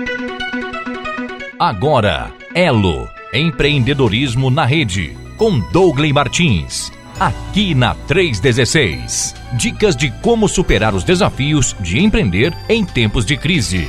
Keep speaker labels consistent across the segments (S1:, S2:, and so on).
S1: Agora, Elo, empreendedorismo na rede, com Douglas Martins, aqui na 316. Dicas de como superar os desafios de empreender em tempos de crise.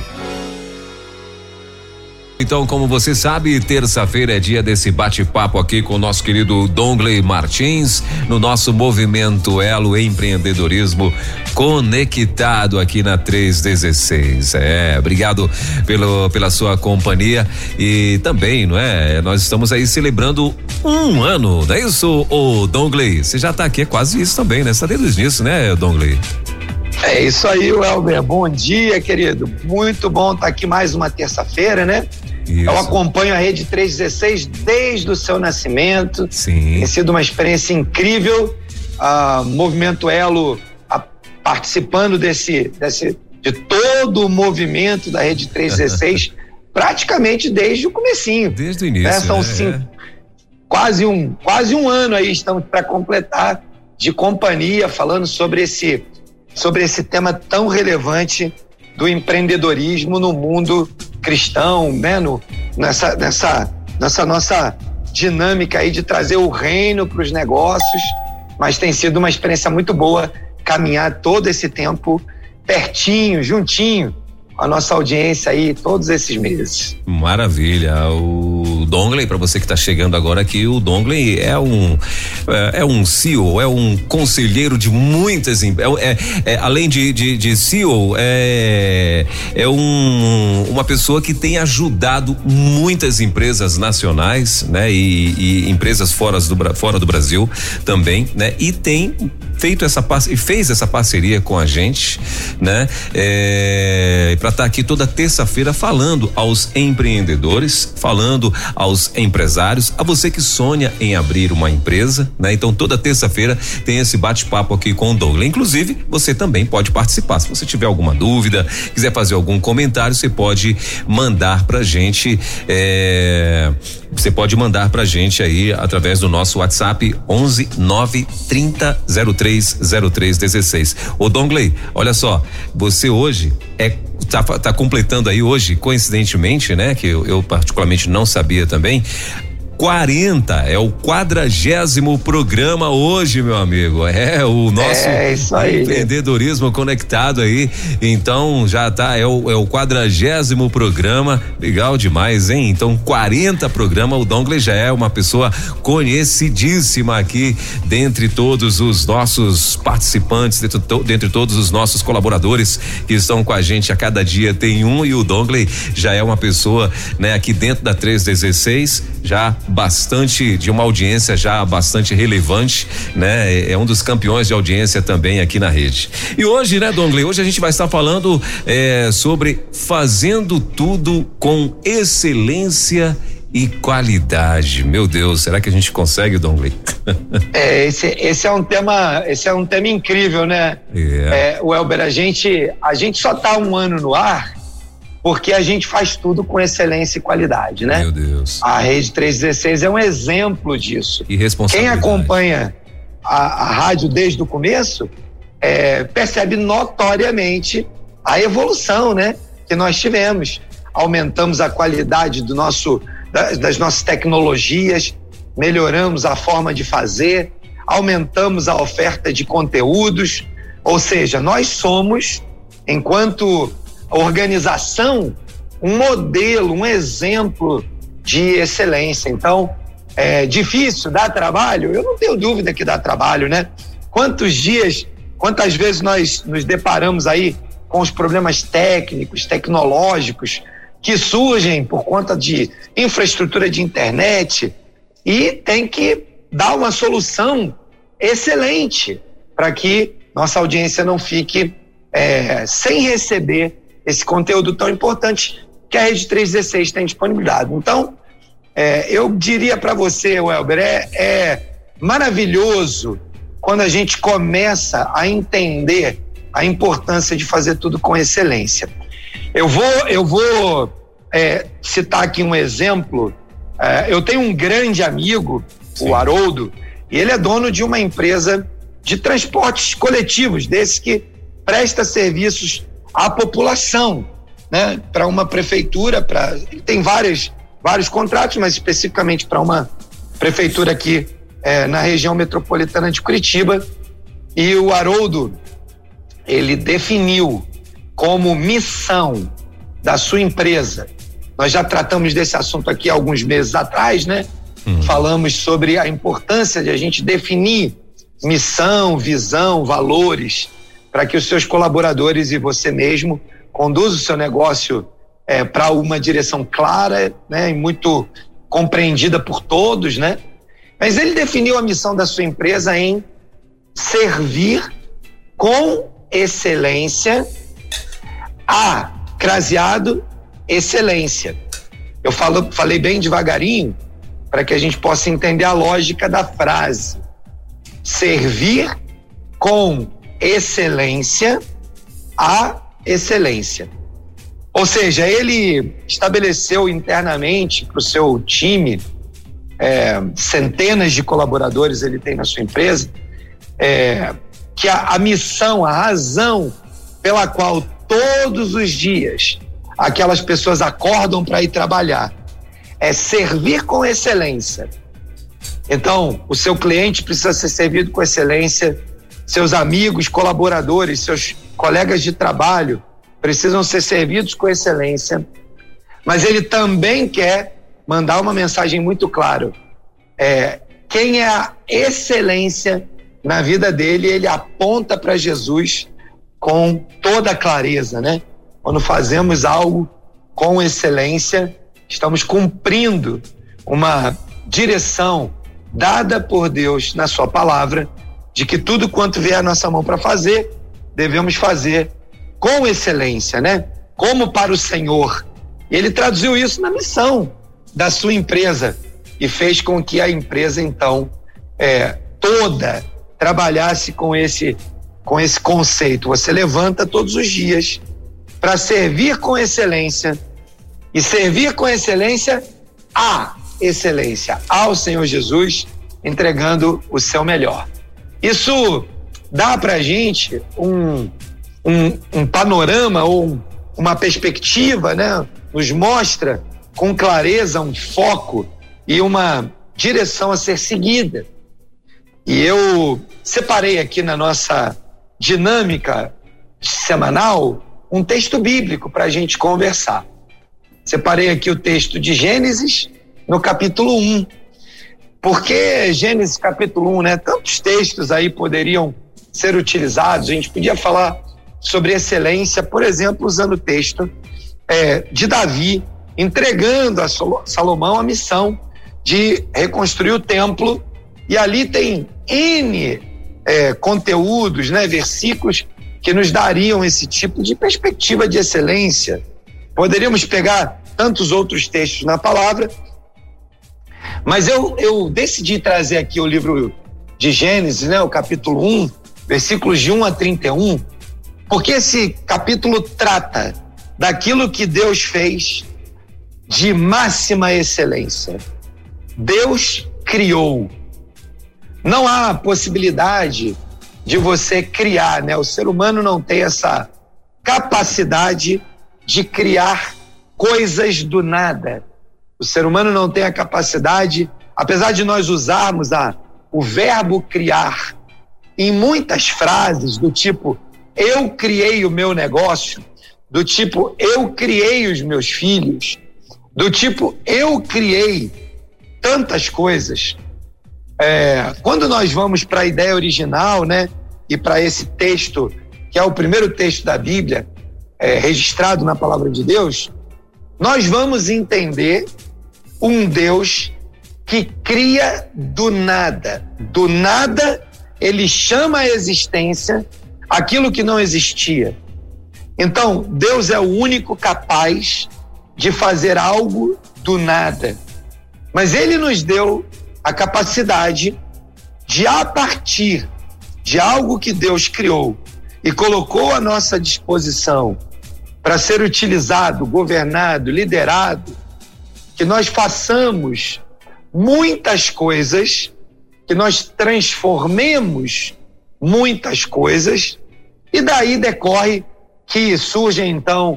S2: Então, como você sabe, terça-feira é dia desse bate-papo aqui com o nosso querido Douglas Martins, no nosso movimento Elo Empreendedorismo conectado aqui na 316. Obrigado pela sua companhia e também, não é? Nós estamos aí celebrando um ano, não é isso, ô Douglas? Você já tá aqui, é quase isso também, né? Você tá desde o início, né, Douglas?
S3: É isso aí, Welber. Bom dia, querido. Muito bom estar aqui mais uma terça-feira, né? Isso. Eu acompanho a Rede 316 desde o seu nascimento.
S2: Sim.
S3: Tem sido uma experiência incrível. Movimento Elo participando de todo o movimento da Rede 316 praticamente desde o comecinho.
S2: Desde o início.
S3: São quase um ano aí, estamos para completar de companhia, falando sobre esse tema tão relevante do empreendedorismo no mundo cristão, né? Nessa nossa dinâmica aí de trazer o reino para os negócios, mas tem sido uma experiência muito boa caminhar todo esse tempo pertinho, juntinho a nossa audiência aí todos esses meses.
S2: Maravilha. O Douglas, para você que está chegando agora aqui, o Douglas é um CEO, é um conselheiro de muitas além de CEO, uma pessoa que tem ajudado muitas empresas nacionais, né? E empresas fora do Brasil também, né? E tem fez essa parceria com a gente, né? Para estar aqui toda terça-feira falando aos empreendedores, falando aos empresários, a você que sonha em abrir uma empresa, né? Então toda terça-feira tem esse bate-papo aqui com o Douglas. Inclusive, você também pode participar. Se você tiver alguma dúvida, quiser fazer algum comentário, você pode mandar pra gente, você pode mandar pra gente aí através do nosso WhatsApp 11 930 0303 16. Ô Douglas, olha só, você hoje tá completando aí hoje, coincidentemente, né? Que eu particularmente não sabia também. 40, é o 40º programa hoje, meu amigo. É o nosso empreendedorismo conectado aí. Então já tá, é o 40º programa. Legal demais, hein? Então 40 programas, o Douglas já é uma pessoa conhecidíssima aqui dentre todos os nossos participantes, dentre todos os nossos colaboradores que estão com a gente a cada dia tem um, e o Douglas já é uma pessoa, né, aqui dentro da 316, já de uma audiência já bastante relevante, né? É um dos campeões de audiência também aqui na rede. E hoje, né, Douglas, hoje a gente vai estar falando sobre fazendo tudo com excelência e qualidade. Meu Deus, será que a gente consegue, Douglas?
S3: Esse é um tema incrível, né? Welber, a gente só tá um ano no ar porque a gente faz tudo com excelência e qualidade, né?
S2: Meu Deus.
S3: A Rede 316 é um exemplo disso.
S2: E responsabilidade.
S3: Quem acompanha a rádio desde o começo percebe notoriamente a evolução, né? Que nós tivemos. Aumentamos a qualidade das nossas tecnologias, melhoramos a forma de fazer, aumentamos a oferta de conteúdos, ou seja, nós somos, enquanto organização, um modelo, um exemplo de excelência. Então, é difícil, dá trabalho? Eu não tenho dúvida que dá trabalho, né? Quantas vezes nós nos deparamos aí com os problemas técnicos, tecnológicos que surgem por conta de infraestrutura de internet, e tem que dar uma solução excelente para que nossa audiência não fique sem receber esse conteúdo tão importante que a Rede 316 tem disponibilizado. Então, eu diria para você, Welber, é maravilhoso quando a gente começa a entender a importância de fazer tudo com excelência. Eu vou citar aqui um exemplo. Eu tenho um grande amigo, Sim. o Haroldo, e ele é dono de uma empresa de transportes coletivos, desse que presta serviços à população, né, para uma prefeitura, ele tem vários contratos, mas especificamente para uma prefeitura aqui na região metropolitana de Curitiba. E o Haroldo, ele definiu como missão da sua empresa. Nós já tratamos desse assunto aqui há alguns meses atrás, né? Falamos sobre a importância de a gente definir missão, visão, valores, para que os seus colaboradores e você mesmo conduzam o seu negócio para uma direção clara, né? E muito compreendida por todos, né? Mas ele definiu a missão da sua empresa em servir com excelência, craseado, excelência. Eu falei bem devagarinho para que a gente possa entender a lógica da frase. Servir com excelência, a excelência. Ou seja, ele estabeleceu internamente para o seu time, centenas de colaboradores ele tem na sua empresa, que a missão, a razão pela qual todos os dias aquelas pessoas acordam para ir trabalhar é servir com excelência. Então, o seu cliente precisa ser servido com excelência, seus amigos, colaboradores, seus colegas de trabalho precisam ser servidos com excelência, mas ele também quer mandar uma mensagem muito clara. Quem é a excelência na vida dele, ele aponta para Jesus com toda a clareza, né? Quando fazemos algo com excelência, estamos cumprindo uma direção dada por Deus na sua palavra, de que tudo quanto vier à nossa mão para fazer, devemos fazer com excelência, né? Como para o Senhor. Ele traduziu isso na missão da sua empresa e fez com que a empresa, então, toda trabalhasse com esse conceito. Você levanta todos os dias para servir com excelência, e servir com excelência à excelência, ao Senhor Jesus, entregando o seu melhor. Isso dá para a gente um panorama ou uma perspectiva, né? Nos mostra com clareza um foco e uma direção a ser seguida. E eu separei aqui na nossa dinâmica semanal um texto bíblico para a gente conversar. Separei aqui o texto de Gênesis, no capítulo 1. Porque Gênesis capítulo 1, né? Tantos textos aí poderiam ser utilizados. A gente podia falar sobre excelência, por exemplo, usando o texto de Davi, entregando a Salomão a missão de reconstruir o templo. E ali tem N conteúdos, né? Versículos que nos dariam esse tipo de perspectiva de excelência. Poderíamos pegar tantos outros textos na palavra, mas eu decidi trazer aqui o livro de Gênesis, né, o capítulo 1, versículos de 1 a 31, porque esse capítulo trata daquilo que Deus fez de máxima excelência. Deus criou. Não há possibilidade de você criar, né? O ser humano não tem essa capacidade de criar coisas do nada. O ser humano não tem a capacidade, apesar de nós usarmos o verbo criar em muitas frases, do tipo, eu criei o meu negócio, do tipo, eu criei os meus filhos, do tipo, eu criei tantas coisas. Quando nós vamos para a ideia original, né, e para esse texto, que é o primeiro texto da Bíblia, registrado na palavra de Deus, nós vamos entender um Deus que cria do nada. Do nada, ele chama à existência aquilo que não existia. Então, Deus é o único capaz de fazer algo do nada. Mas ele nos deu a capacidade de, a partir de algo que Deus criou e colocou à nossa disposição para ser utilizado, governado, liderado, que nós façamos muitas coisas, que nós transformemos muitas coisas, e daí decorre que surgem então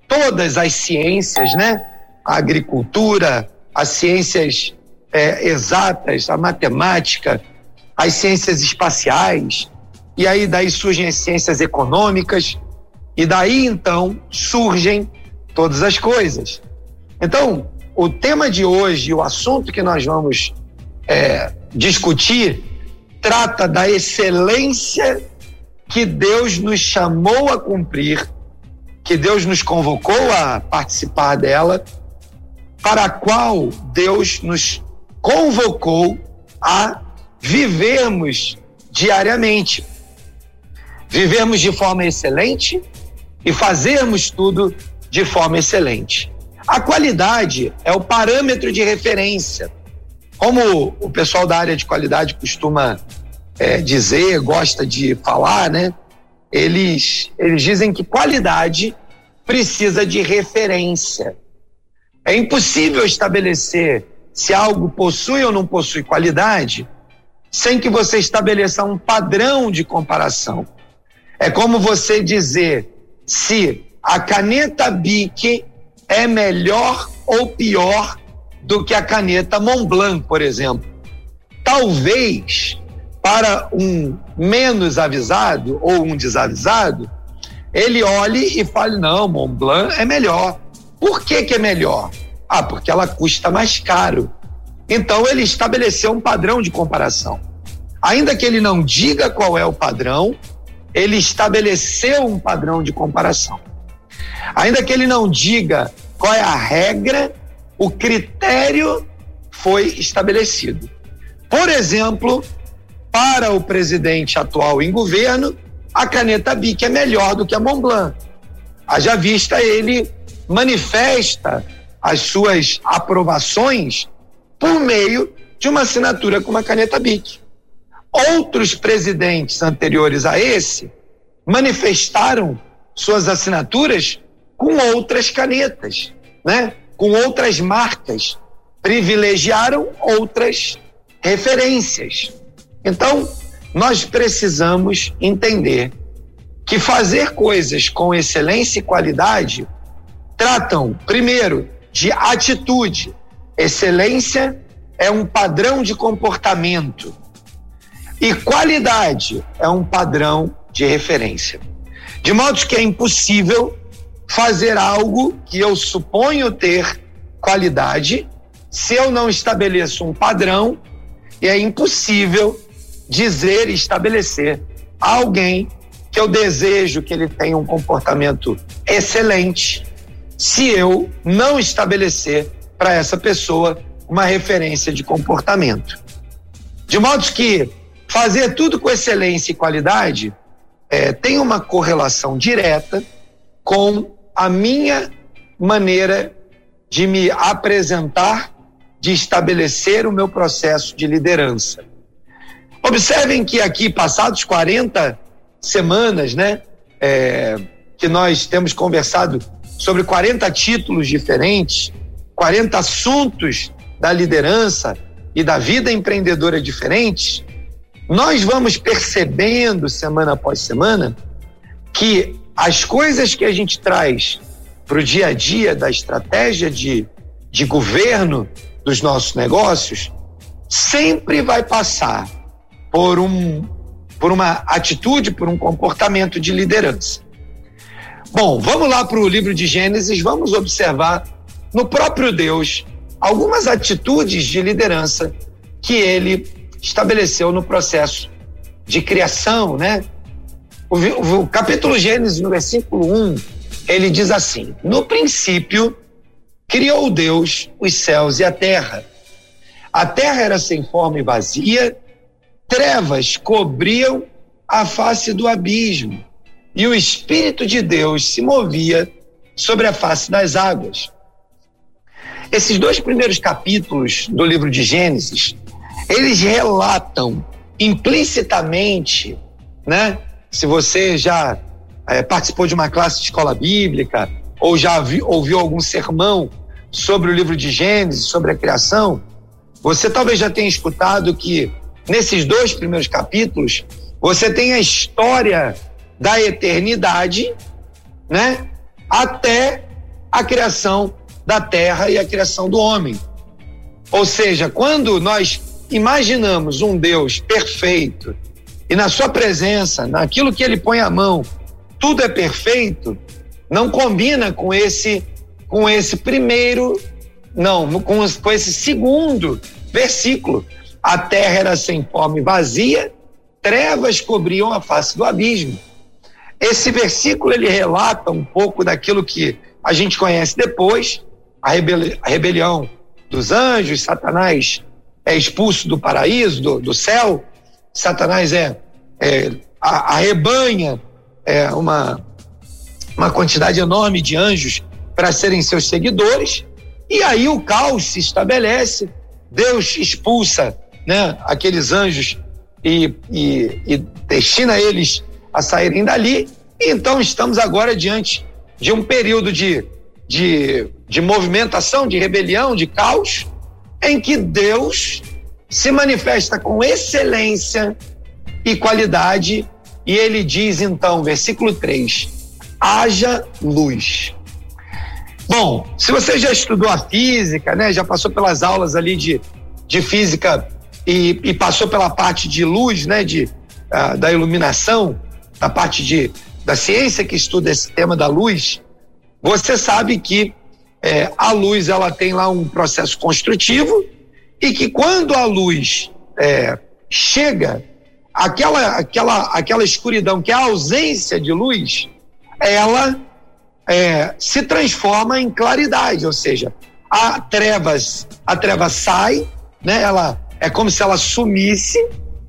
S3: todas as ciências, né? A agricultura, as ciências exatas, a matemática, as ciências espaciais, e aí daí surgem as ciências econômicas, e daí então surgem todas as coisas. Então, o tema de hoje, o assunto que nós vamos discutir, trata da excelência que Deus nos chamou a cumprir, que Deus nos convocou a participar dela, para a qual Deus nos convocou a vivermos diariamente. Vivermos de forma excelente e fazermos tudo de forma excelente. A qualidade é o parâmetro de referência. Como o pessoal da área de qualidade costuma dizer, gosta de falar, né? Eles dizem que qualidade precisa de referência. É impossível estabelecer se algo possui ou não possui qualidade sem que você estabeleça um padrão de comparação. É como você dizer se a caneta Bic é melhor ou pior do que a caneta Montblanc, por exemplo. Talvez, para um menos avisado ou um desavisado, ele olhe e fale, não, Montblanc é melhor. Por que é melhor? Porque ela custa mais caro. Então ele estabeleceu um padrão de comparação. Ainda que ele não diga qual é o padrão, ele estabeleceu um padrão de comparação. Ainda que ele não diga qual é a regra, o critério foi estabelecido. Por exemplo, para o presidente atual em governo, a caneta Bic é melhor do que a Montblanc. Haja vista, ele manifesta as suas aprovações por meio de uma assinatura com uma caneta Bic. Outros presidentes anteriores a esse manifestaram suas assinaturas com outras canetas, né? Com outras marcas, privilegiaram outras referências. Então, nós precisamos entender que fazer coisas com excelência e qualidade tratam, primeiro, de atitude. Excelência é um padrão de comportamento e qualidade é um padrão de referência. De modo que é impossível fazer algo que eu suponho ter qualidade se eu não estabeleço um padrão, e é impossível dizer e estabelecer a alguém que eu desejo que ele tenha um comportamento excelente se eu não estabelecer para essa pessoa uma referência de comportamento. De modo que fazer tudo com excelência e qualidade tem uma correlação direta com a minha maneira de me apresentar, de estabelecer o meu processo de liderança. Observem que aqui, passados 40 semanas, né, que nós temos conversado sobre 40 títulos diferentes, 40 assuntos da liderança e da vida empreendedora diferentes, nós vamos percebendo semana após semana que as coisas que a gente traz para o dia a dia da estratégia de governo dos nossos negócios sempre vai passar por uma atitude, por um comportamento de liderança. Bom, vamos lá para o livro de Gênesis, vamos observar no próprio Deus algumas atitudes de liderança que ele estabeleceu no processo de criação, né? O capítulo Gênesis, no versículo 1, ele diz assim: no princípio criou Deus os céus e a terra. A terra era sem forma e vazia, trevas cobriam a face do abismo, e o Espírito de Deus se movia sobre a face das águas. Esses dois primeiros capítulos do livro de Gênesis, eles relatam implicitamente, né? Se você já participou de uma classe de escola bíblica ou já ouviu algum sermão sobre o livro de Gênesis, sobre a criação, você talvez já tenha escutado que nesses dois primeiros capítulos você tem a história da eternidade, né? Até a criação da terra e a criação do homem. Ou seja, quando nós imaginamos um Deus perfeito e na sua presença, naquilo que ele põe a mão, tudo é perfeito, não combina com esse primeiro, não, com esse segundo versículo. A terra era sem forma e vazia, trevas cobriam a face do abismo. Esse versículo ele relata um pouco daquilo que a gente conhece depois, a rebelião dos anjos. Satanás é expulso do paraíso, do céu. Satanás arrebanha uma quantidade enorme de anjos para serem seus seguidores, e aí o caos se estabelece. Deus expulsa, né, aqueles anjos e destina eles a saírem dali. E então estamos agora diante de um período de movimentação, de rebelião, de caos, em que Deus se manifesta com excelência e qualidade, e ele diz então, versículo 3, haja luz. Bom, se você já estudou a física, né, já passou pelas aulas ali de física e passou pela parte de luz, né, da iluminação, da parte da ciência que estuda esse tema da luz, você sabe que a luz ela tem lá um processo construtivo, e que quando a luz chega, aquela escuridão, que é a ausência de luz, ela se transforma em claridade, ou seja, a treva sai, né? Ela é como se ela sumisse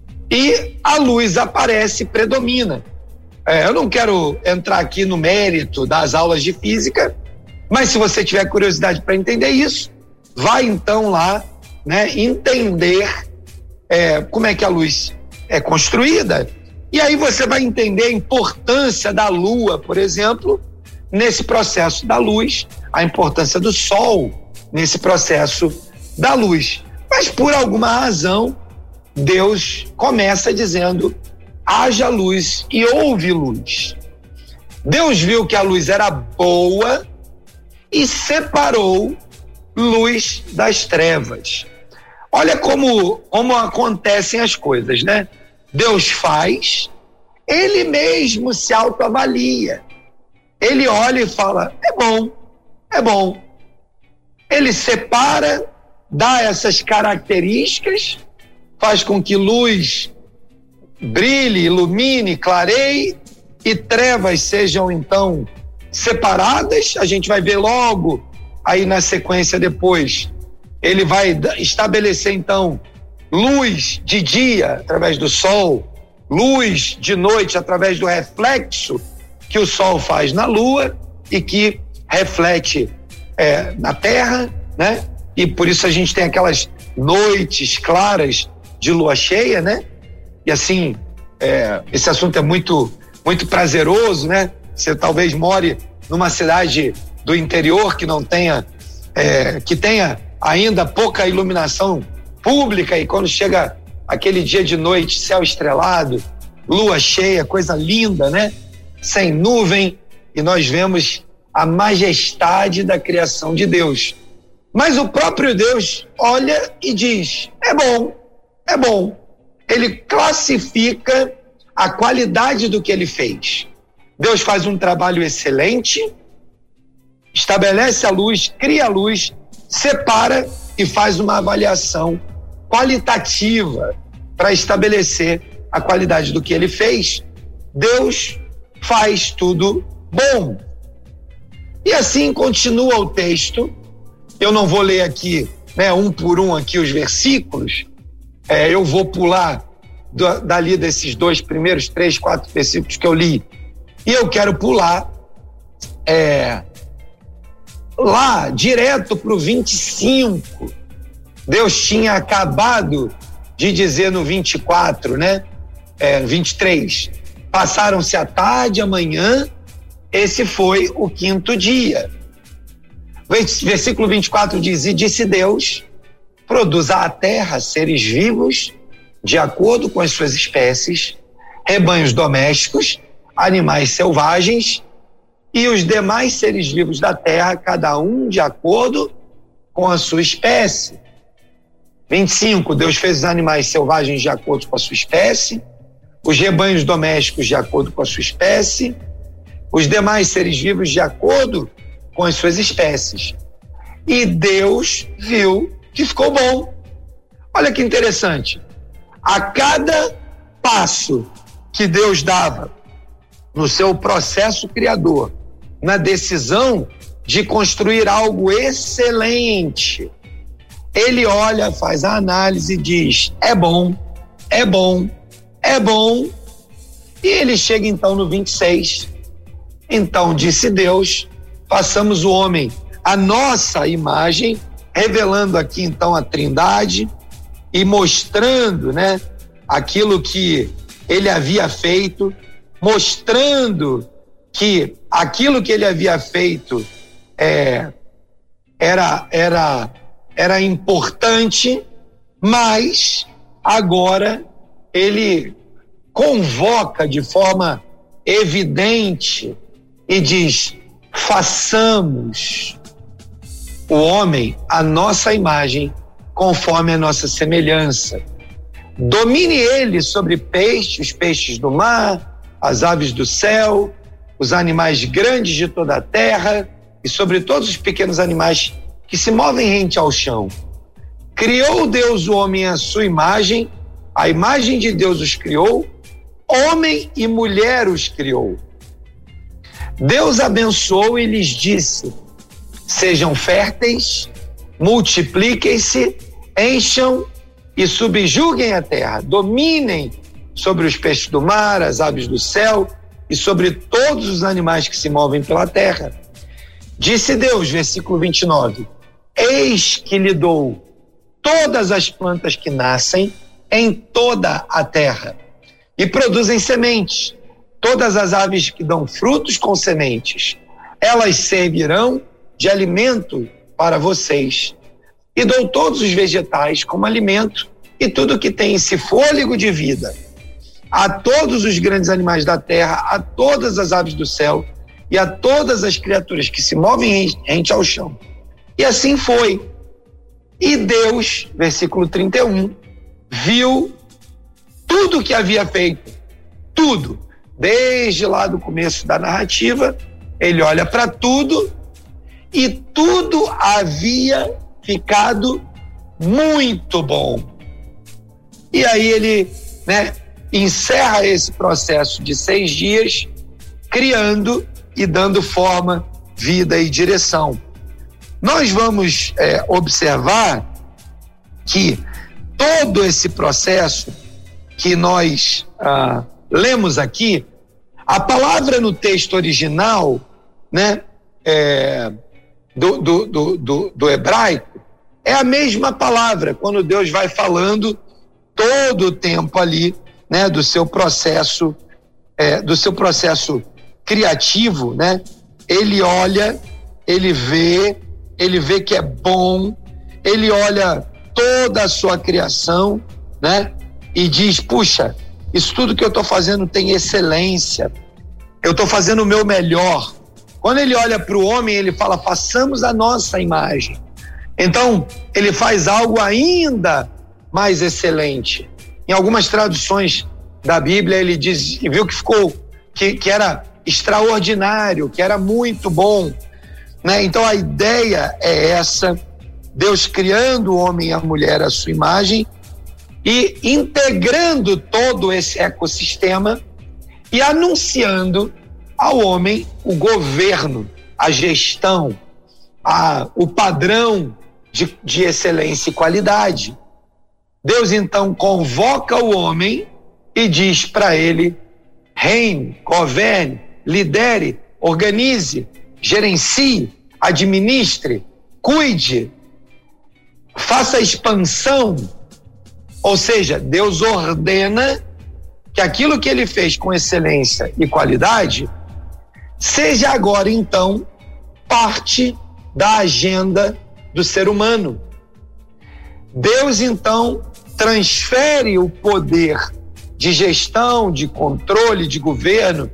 S3: e a luz aparece, predomina. Eu não quero entrar aqui no mérito das aulas de física, mas se você tiver curiosidade para entender isso, vai então lá, né, entender como é que a luz é construída, e aí você vai entender a importância da lua, por exemplo, nesse processo da luz, a importância do sol nesse processo da luz. Mas por alguma razão, Deus começa dizendo, haja luz, e houve luz. Deus viu que a luz era boa e separou luz das trevas. Olha como acontecem as coisas, né? Deus faz, ele mesmo se autoavalia. Ele olha e fala, é bom. Ele separa, dá essas características, faz com que luz brilhe, ilumine, clareie, e trevas sejam então separadas. A gente vai ver logo aí na sequência depois, ele vai estabelecer então luz de dia através do sol, luz de noite através do reflexo que o sol faz na lua e que reflete na terra, né? E por isso a gente tem aquelas noites claras de lua cheia, né? E assim, esse assunto é muito, muito prazeroso, né? Você talvez more numa cidade do interior que não tenha, que tenha ainda pouca iluminação pública, e quando chega aquele dia de noite, céu estrelado, lua cheia, coisa linda, né? Sem nuvem, e nós vemos a majestade da criação de Deus. Mas o próprio Deus olha e diz, é bom. Ele classifica a qualidade do que ele fez. Deus faz um trabalho excelente, estabelece a luz, cria a luz, separa e faz uma avaliação qualitativa para estabelecer a qualidade do que ele fez. Deus faz tudo bom. E assim continua o texto. Eu não vou ler aqui, né, um por um aqui os versículos. Eu vou pular dali desses dois primeiros 3, 4 versículos que eu li. E eu quero pular lá direto para o 25. Deus tinha acabado de dizer no 24, né? 23. Passaram-se a tarde e a manhã, esse foi o 5º dia. Versículo 24 diz, e disse Deus, produza a terra seres vivos, de acordo com as suas espécies, rebanhos domésticos, animais selvagens e os demais seres vivos da terra, cada um de acordo com a sua espécie. 25, Deus fez os animais selvagens de acordo com a sua espécie, os rebanhos domésticos de acordo com a sua espécie, os demais seres vivos de acordo com as suas espécies. E Deus viu que ficou bom. Olha que interessante. A cada passo que Deus dava no seu processo criador, na decisão de construir algo excelente, ele olha, faz a análise e diz: é bom, é bom, é bom. E ele chega então no 26. Então disse Deus: façamos o homem à nossa imagem, revelando aqui então a Trindade e mostrando, né, aquilo que ele havia feito, mostrando que aquilo que ele havia feito era importante, mas agora ele convoca de forma evidente e diz: façamos o homem à nossa imagem, conforme a nossa semelhança. Domine ele sobre os peixes do mar, as aves do céu, os animais grandes de toda a terra e sobre todos os pequenos animais que se movem rente ao chão. Criou Deus o homem à sua imagem, a imagem de Deus os criou, homem e mulher os criou. Deus abençoou e lhes disse: sejam férteis, multipliquem-se, encham e subjuguem a terra, dominem sobre os peixes do mar, as aves do céu e sobre todos os animais que se movem pela terra. Disse Deus, versículo 29, eis que lhe dou todas as plantas que nascem em toda a terra e produzem sementes, todas as aves que dão frutos com sementes, elas servirão de alimento para vocês. E dou todos os vegetais como alimento e tudo que tem esse fôlego de vida. A todos os grandes animais da terra, a todas as aves do céu e a todas as criaturas que se movem rente ao chão. E assim foi. E Deus, versículo 31, viu tudo que havia feito, tudo. Desde lá do começo da narrativa, ele olha para tudo e tudo havia ficado muito bom. E aí ele, encerra esse processo de 6 dias, criando e dando forma, vida e direção. Nós vamos observar que todo esse processo que nós lemos aqui, a palavra no texto original, do hebraico, é a mesma palavra, quando Deus vai falando todo o tempo ali, do seu processo criativo, Ele olha, ele vê que é bom, ele olha toda a sua criação, e diz: puxa, isso tudo que eu estou fazendo tem excelência, eu estou fazendo o meu melhor. Quando ele olha para o homem, ele fala: façamos a nossa imagem. Então, ele faz algo ainda mais excelente. Em algumas traduções da Bíblia, ele diz, e viu que ficou, que era extraordinário, que era muito bom. Então, a ideia é essa: Deus criando o homem e a mulher à sua imagem e integrando todo esse ecossistema e anunciando ao homem o governo, a gestão, o padrão de excelência e qualidade. Deus então convoca o homem e diz para ele: reine, governe, lidere, organize, gerencie, administre, cuide, faça expansão. Ou seja, Deus ordena que aquilo que ele fez com excelência e qualidade seja agora então parte da agenda do ser humano. Deus então transfere o poder de gestão, de controle, de governo,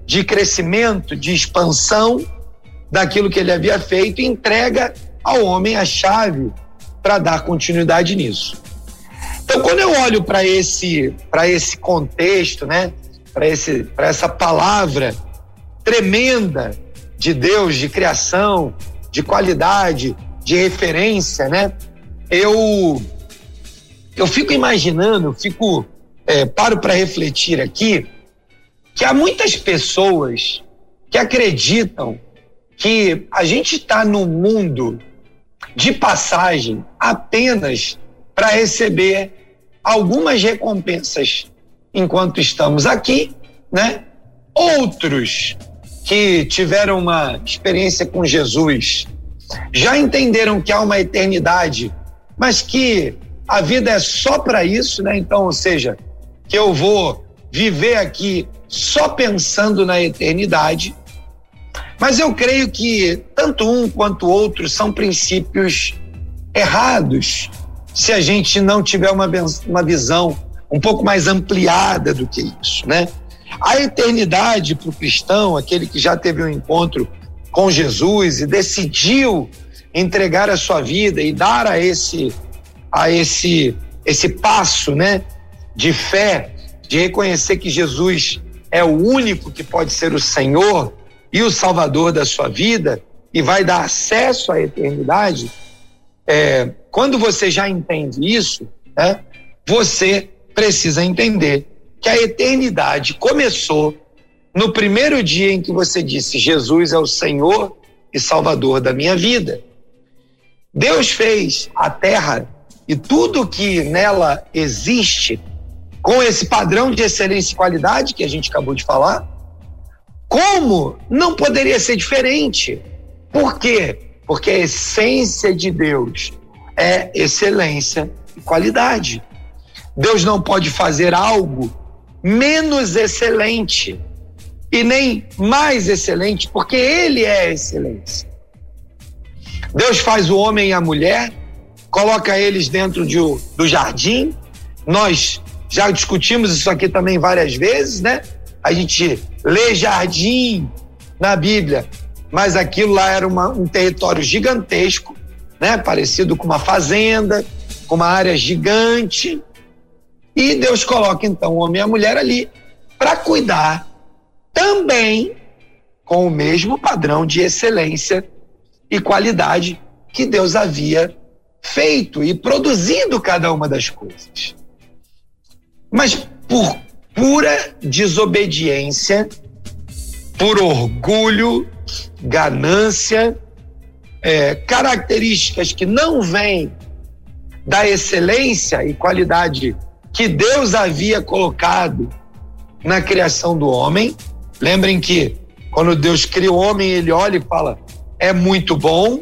S3: de crescimento, de expansão daquilo que ele havia feito e entrega ao homem a chave para dar continuidade nisso. Então, quando eu olho para esse contexto, né, para essa palavra tremenda de Deus, de criação, de qualidade, de referência, né, eu fico imaginando, paro para refletir aqui, que há muitas pessoas que acreditam que a gente está num mundo de passagem apenas para receber algumas recompensas enquanto estamos aqui, né? Outros que tiveram uma experiência com Jesus já entenderam que há uma eternidade, mas que a vida é só para isso, né? Então, ou seja, que eu vou viver aqui só pensando na eternidade. Mas eu creio que tanto um quanto o outro são princípios errados se a gente não tiver uma visão um pouco mais ampliada do que isso, né? A eternidade para o cristão, aquele que já teve um encontro com Jesus e decidiu entregar a sua vida e dar a esse passo, né, de fé, de reconhecer que Jesus é o único que pode ser o Senhor e o Salvador da sua vida e vai dar acesso à eternidade. Quando você já entende isso, né, você precisa entender que a eternidade começou no primeiro dia em que você disse: Jesus é o Senhor e Salvador da minha vida. Deus fez a terra e tudo que nela existe com esse padrão de excelência e qualidade que a gente acabou de falar. Como não poderia ser diferente? Por quê? Porque a essência de Deus é excelência e qualidade. Deus não pode fazer algo menos excelente e nem mais excelente, porque Ele é a excelência. Deus faz o homem e a mulher, coloca eles dentro do jardim. Nós já discutimos isso aqui também várias vezes, né? A gente lê jardim na Bíblia, mas aquilo lá era um território gigantesco, né? Parecido com uma fazenda, com uma área gigante. E Deus coloca então o homem e a mulher ali para cuidar também com o mesmo padrão de excelência e qualidade que Deus havia feito e produzido cada uma das coisas. Mas por pura desobediência, por orgulho, ganância, características que não vêm da excelência e qualidade que Deus havia colocado na criação do homem. Lembrem que quando Deus cria o homem, Ele olha e fala: é muito bom.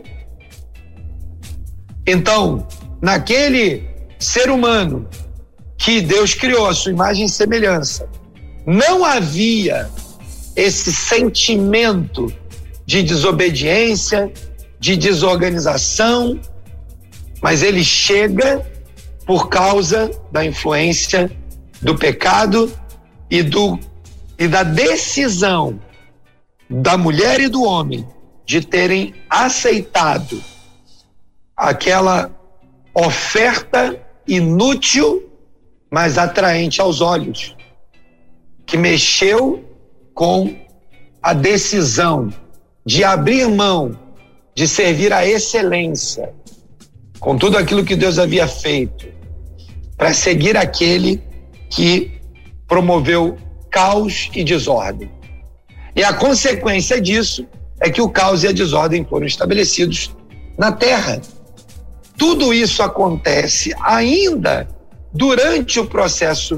S3: Então, naquele ser humano que Deus criou a sua imagem e semelhança, não havia esse sentimento de desobediência, de desorganização, mas ele chega por causa da influência do pecado e da decisão da mulher e do homem de terem aceitado aquela oferta inútil, mas atraente aos olhos, que mexeu com a decisão de abrir mão de servir a excelência, com tudo aquilo que Deus havia feito, para seguir aquele que promoveu caos e desordem. E a consequência disso é que o caos e a desordem foram estabelecidos na terra. Tudo isso acontece ainda durante o processo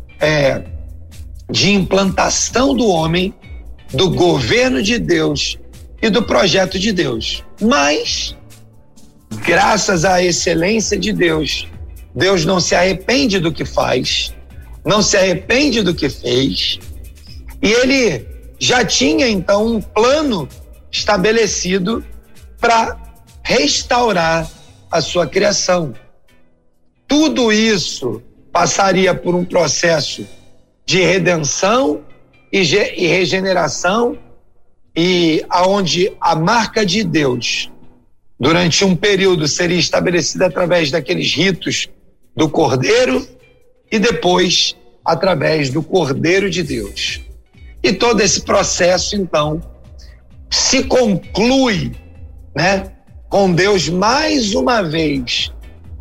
S3: de implantação do homem, do governo de Deus e do projeto de Deus. Mas, graças à excelência de Deus, Deus não se arrepende do que faz, não se arrepende do que fez, e Ele já tinha então um plano estabelecido para restaurar a sua criação. Tudo isso passaria por um processo de redenção e regeneração, e aonde a marca de Deus durante um período seria estabelecida através daqueles ritos do Cordeiro e depois através do Cordeiro de Deus. E todo esse processo, então, se conclui, né, com Deus mais uma vez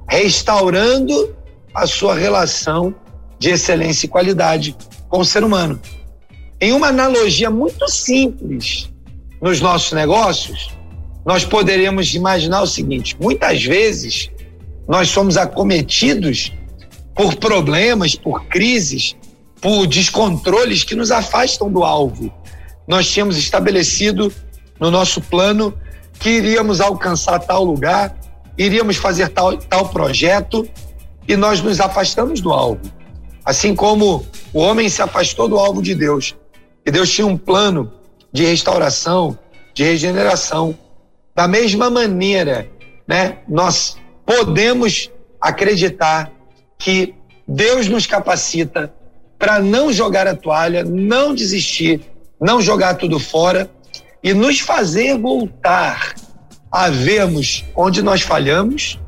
S3: restaurando a sua relação de excelência e qualidade com o ser humano. Em uma analogia muito simples nos nossos negócios, nós poderíamos imaginar o seguinte: muitas vezes nós somos acometidos por problemas, por crises, por descontroles que nos afastam do alvo. Nós tínhamos estabelecido no nosso plano que iríamos alcançar tal lugar, iríamos fazer tal projeto, e nós nos afastamos do alvo. Assim como o homem se afastou do alvo de Deus, e Deus tinha um plano de restauração, de regeneração. Da mesma maneira, né, nós podemos acreditar que Deus nos capacita para não jogar a toalha, não desistir, não jogar tudo fora e nos fazer voltar a vermos onde nós falhamos,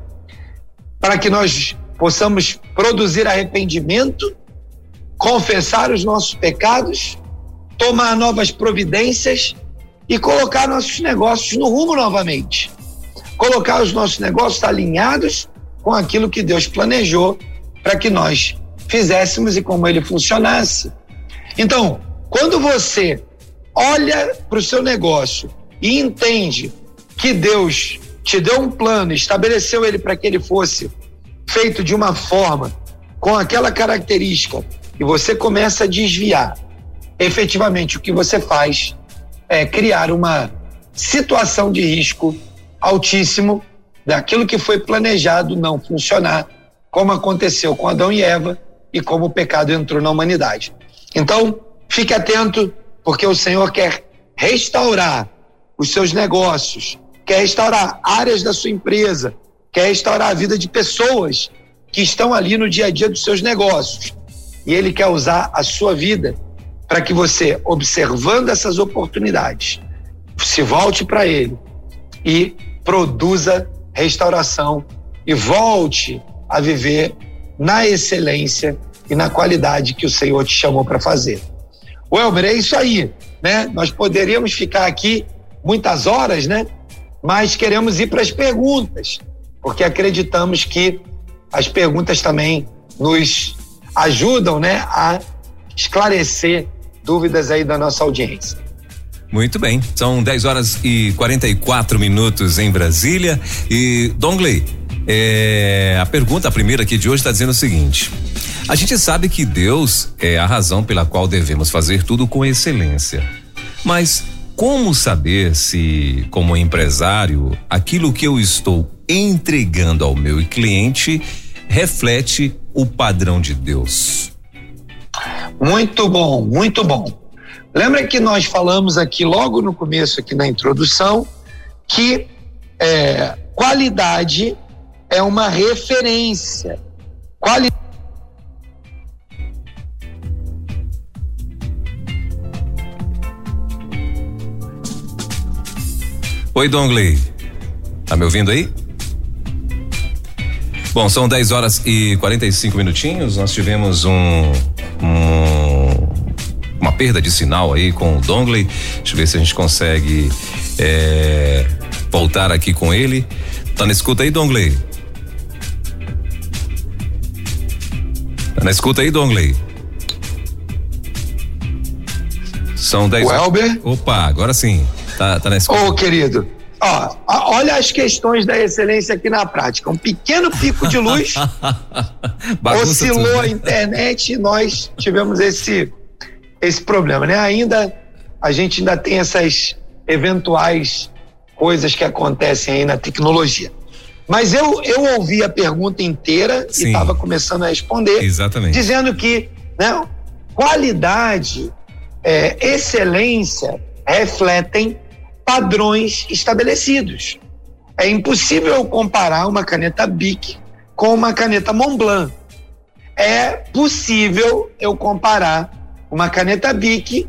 S3: para que nós possamos produzir arrependimento, confessar os nossos pecados, tomar novas providências e colocar nossos negócios no rumo novamente. Colocar os nossos negócios alinhados com aquilo que Deus planejou para que nós fizéssemos e como ele funcionasse. Então, quando você olha para o seu negócio e entende que Deus te deu um plano, estabeleceu ele para que ele fosse feito de uma forma, com aquela característica, e você começa a desviar, efetivamente o que você faz é criar uma situação de risco altíssimo daquilo que foi planejado não funcionar, como aconteceu com Adão e Eva e como o pecado entrou na humanidade. Então, fique atento, porque o Senhor quer restaurar os seus negócios, quer restaurar áreas da sua empresa, quer restaurar a vida de pessoas que estão ali no dia a dia dos seus negócios. E Ele quer usar a sua vida para que você, observando essas oportunidades, se volte para Ele e produza restauração e volte a viver na excelência e na qualidade que o Senhor te chamou para fazer. Welber, é isso aí, né? Nós poderíamos ficar aqui muitas horas, né? Mas queremos ir para as perguntas, porque acreditamos que as perguntas também nos ajudam, né, a esclarecer dúvidas aí da nossa audiência.
S2: Muito bem, são 10h44 em Brasília. E Dongley, a primeira aqui de hoje está dizendo o seguinte: a gente sabe que Deus é a razão pela qual devemos fazer tudo com excelência, mas como saber se, como empresário, aquilo que eu estou entregando ao meu cliente reflete o padrão de Deus?
S3: Muito bom, muito bom. Lembra que nós falamos aqui logo no começo, aqui na introdução, que qualidade é uma referência.
S2: Oi, Dongley, tá me ouvindo aí? Bom, são 10h45. Nós tivemos uma perda de sinal aí com o Dongley. Deixa eu ver se a gente consegue voltar aqui com ele. Tá na escuta aí, Dongley? Tá na escuta aí, Dongley? São 10.
S3: Welber?
S2: Opa, agora sim. Tá na escuta.
S3: Ô, querido, olha as questões da excelência aqui na prática. Um pequeno pico de luz oscilou tudo, né? A internet e nós tivemos esse problema, né? A gente ainda tem essas eventuais coisas que acontecem aí na tecnologia. Mas eu ouvi a pergunta inteira. Sim. E estava começando a responder.
S2: Exatamente. Dizendo
S3: que, né, qualidade, excelência refletem padrões estabelecidos. É impossível comparar uma caneta Bic com uma caneta Montblanc. É possível eu comparar uma caneta Bic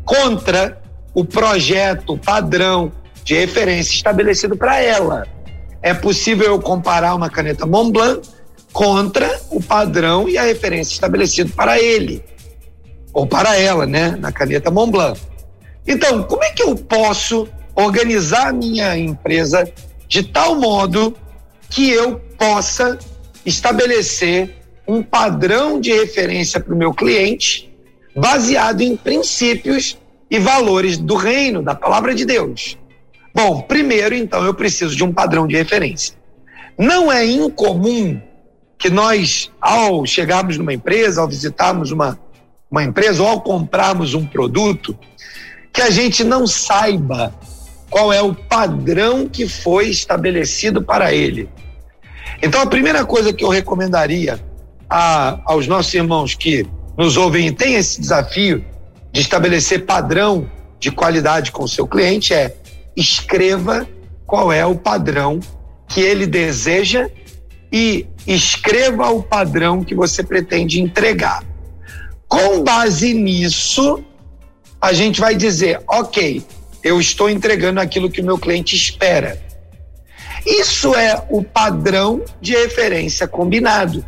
S3: contra o projeto, o padrão de referência estabelecido para ela. É possível eu comparar uma caneta Montblanc contra o padrão e a referência estabelecido para ele, ou para ela, né, na caneta Montblanc. Então, como é que eu posso organizar a minha empresa de tal modo que eu possa estabelecer um padrão de referência para o meu cliente baseado em princípios e valores do reino, da palavra de Deus? Bom, primeiro, então, eu preciso de um padrão de referência. Não é incomum que nós, ao chegarmos numa empresa, ao visitarmos uma empresa ou ao comprarmos um produto, que a gente não saiba qual é o padrão que foi estabelecido para ele. Então, a primeira coisa que eu recomendaria aos nossos irmãos que nos ouvem e têm esse desafio de estabelecer padrão de qualidade com o seu cliente é: escreva qual é o padrão que ele deseja e escreva o padrão que você pretende entregar. Com base nisso, a gente vai dizer: ok, eu estou entregando aquilo que o meu cliente espera. Isso é o padrão de referência combinado.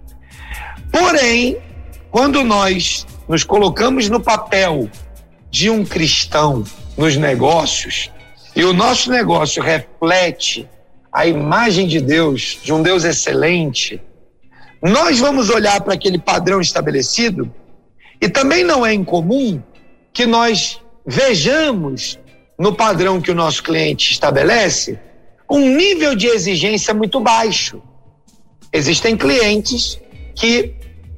S3: Porém, quando nós nos colocamos no papel de um cristão nos negócios, e o nosso negócio reflete a imagem de Deus, de um Deus excelente, nós vamos olhar para aquele padrão estabelecido, e também não é incomum que nós vejamos no padrão que o nosso cliente estabelece um nível de exigência muito baixo. Existem clientes que,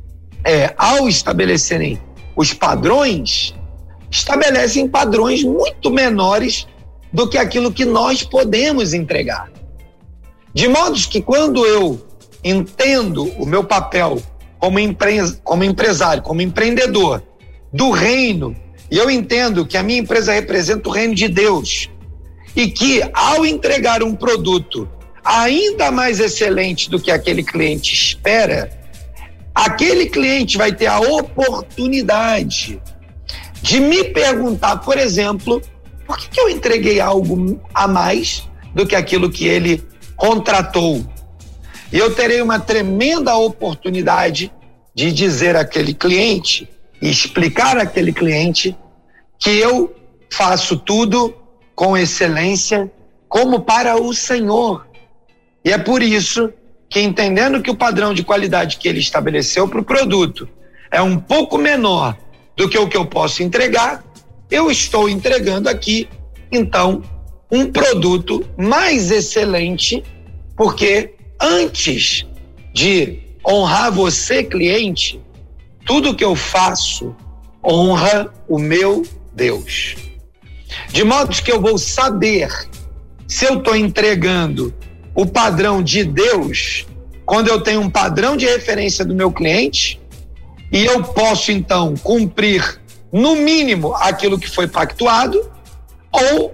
S3: ao estabelecerem os padrões, estabelecem padrões muito menores do que aquilo que nós podemos entregar. De modo que quando eu entendo o meu papel como empresário, como empreendedor do reino, e eu entendo que a minha empresa representa o reino de Deus, e que ao entregar um produto ainda mais excelente do que aquele cliente espera, aquele cliente vai ter a oportunidade de me perguntar, por exemplo, por que eu entreguei algo a mais do que aquilo que ele contratou? E eu terei uma tremenda oportunidade de dizer àquele cliente e explicar àquele cliente que eu faço tudo com excelência como para o Senhor. E é por isso que, entendendo que o padrão de qualidade que ele estabeleceu para o produto é um pouco menor do que o que eu posso entregar, eu estou entregando aqui, então, um produto mais excelente, porque antes de honrar você, cliente, tudo que eu faço honra o meu Deus. De modo que eu vou saber se eu estou entregando o padrão de Deus quando eu tenho um padrão de referência do meu cliente, e eu posso então cumprir no mínimo aquilo que foi pactuado, ou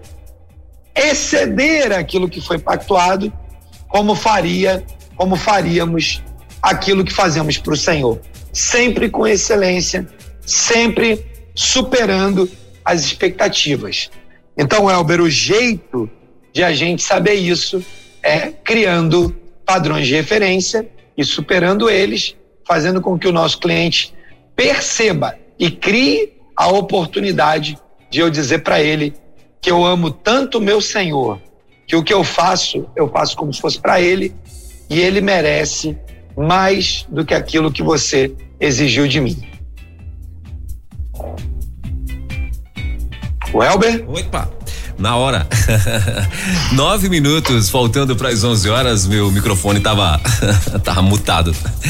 S3: exceder aquilo que foi pactuado, como faríamos aquilo que fazemos para o Senhor, sempre com excelência, sempre superando as expectativas. Então, Elber, o jeito de a gente saber isso é criando padrões de referência e superando eles, fazendo com que o nosso cliente perceba e crie a oportunidade de eu dizer para ele que eu amo tanto o meu Senhor, que o que eu faço como se fosse para ele, e ele merece mais do que aquilo que você exigiu de mim. O Elber?
S2: Opa, na hora. 9 minutos, faltando para as 11 horas, meu microfone tava mutado.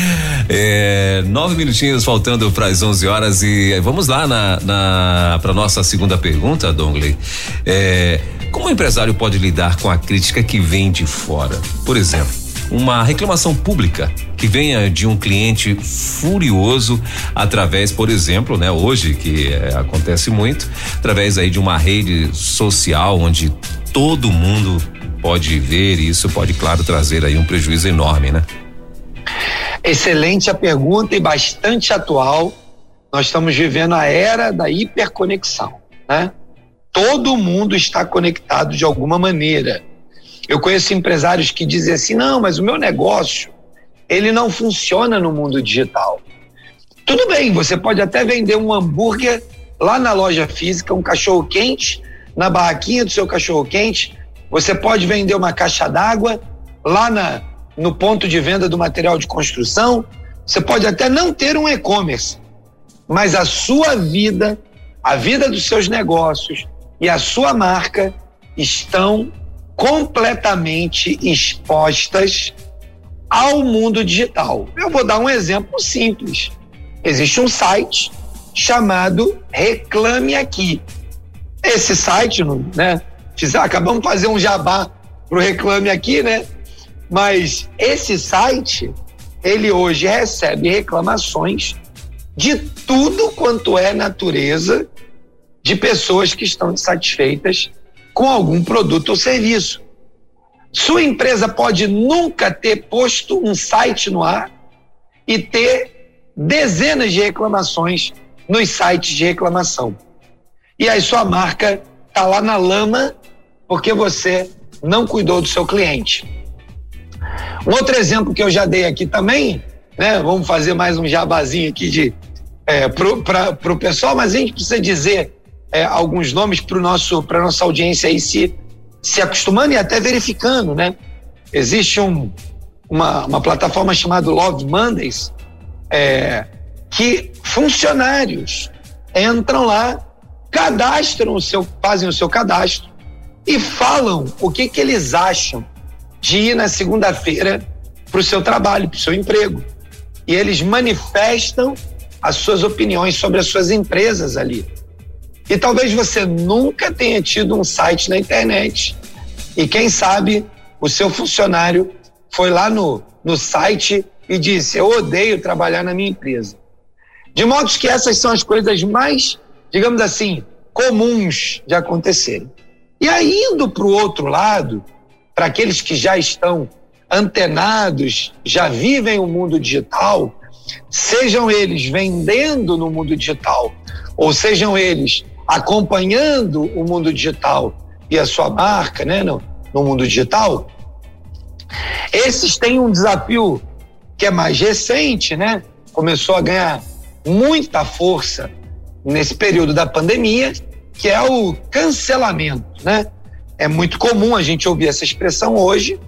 S2: 9 minutinhos faltando para as 11 horas e vamos lá para nossa segunda pergunta, Dongley. Como o empresário pode lidar com a crítica que vem de fora? Por exemplo, uma reclamação pública que venha de um cliente furioso através, por exemplo, né, hoje que acontece muito, através aí de uma rede social onde todo mundo pode ver, e isso pode, claro, trazer aí um prejuízo enorme, né?
S3: Excelente a pergunta e bastante atual. Nós estamos vivendo a era da hiperconexão. né? Todo mundo está conectado de alguma maneira. Eu conheço empresários que dizem assim, não, mas o meu negócio, ele não funciona no mundo digital. Tudo bem, você pode até vender um hambúrguer lá na loja física, um cachorro-quente, na barraquinha do seu cachorro-quente, você pode vender uma caixa d'água lá no ponto de venda do material de construção, você pode até não ter um e-commerce, mas a sua vida, a vida dos seus negócios e a sua marca estão completamente expostas ao mundo digital. Eu vou dar um exemplo simples. Existe um site chamado Reclame Aqui. Esse site, né? Acabamos de fazer um jabá pro Reclame Aqui, né? Mas esse site, ele hoje recebe reclamações de tudo quanto é natureza de pessoas que estão insatisfeitas com algum produto ou serviço. Sua empresa pode nunca ter posto um site no ar e ter dezenas de reclamações nos sites de reclamação. E aí sua marca está lá na lama porque você não cuidou do seu cliente. Um outro exemplo que eu já dei aqui também, né? Vamos fazer mais um jabazinho aqui para o pessoal, mas a gente precisa dizer alguns nomes para nossa audiência aí se acostumando e até verificando, né? Existe uma plataforma chamada Love Mondays, que funcionários entram lá, fazem o seu cadastro e falam o que eles acham de ir na segunda-feira para o seu trabalho, para o seu emprego. E eles manifestam as suas opiniões sobre as suas empresas ali. E talvez você nunca tenha tido um site na internet. E quem sabe o seu funcionário foi lá no site e disse: eu odeio trabalhar na minha empresa. De modo que essas são as coisas mais, digamos assim, comuns de acontecerem. E aí, indo para o outro lado, para aqueles que já estão antenados, já vivem o mundo digital, sejam eles vendendo no mundo digital, ou sejam eles acompanhando o mundo digital e a sua marca, né, no mundo digital, esses têm um desafio que é mais recente, né? Começou a ganhar muita força nesse período da pandemia, que é o cancelamento, né? É muito comum a gente ouvir essa expressão hoje,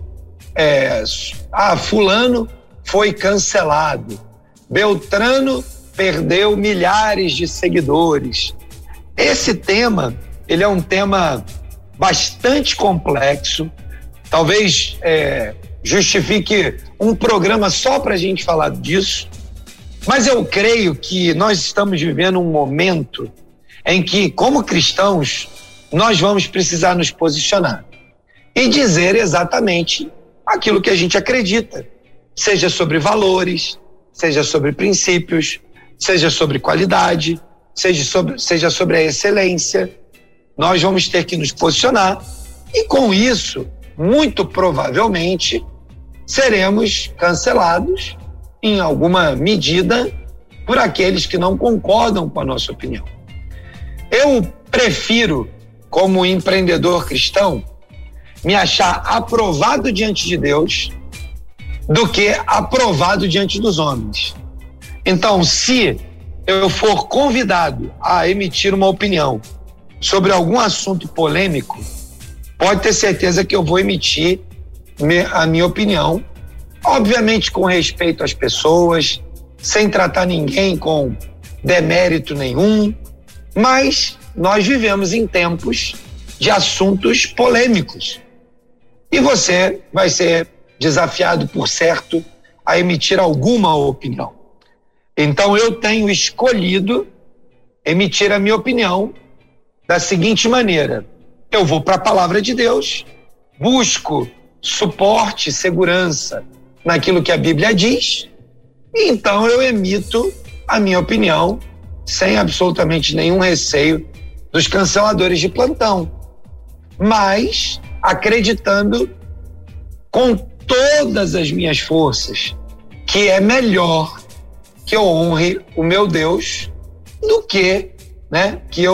S3: fulano foi cancelado, Beltrano perdeu milhares de seguidores. Esse tema, ele é um tema bastante complexo, talvez justifique um programa só para a gente falar disso, mas eu creio que nós estamos vivendo um momento em que, como cristãos, nós vamos precisar nos posicionar e dizer exatamente aquilo que a gente acredita, seja sobre valores, seja sobre princípios, seja sobre qualidade, seja sobre a excelência. Nós vamos ter que nos posicionar e, com isso, muito provavelmente, seremos cancelados em alguma medida por aqueles que não concordam com a nossa opinião. Eu prefiro, como empreendedor cristão, me achar aprovado diante de Deus do que aprovado diante dos homens. Então, se eu for convidado a emitir uma opinião sobre algum assunto polêmico, pode ter certeza que eu vou emitir a minha opinião, obviamente com respeito às pessoas, sem tratar ninguém com demérito nenhum, mas nós vivemos em tempos de assuntos polêmicos. E você vai ser desafiado, por certo, a emitir alguma opinião. Então eu tenho escolhido emitir a minha opinião da seguinte maneira: eu vou para a palavra de Deus, busco suporte, segurança naquilo que a Bíblia diz, e então eu emito a minha opinião sem absolutamente nenhum receio dos canceladores de plantão, mas acreditando com todas as minhas forças que é melhor que eu honre o meu Deus do que, né, que eu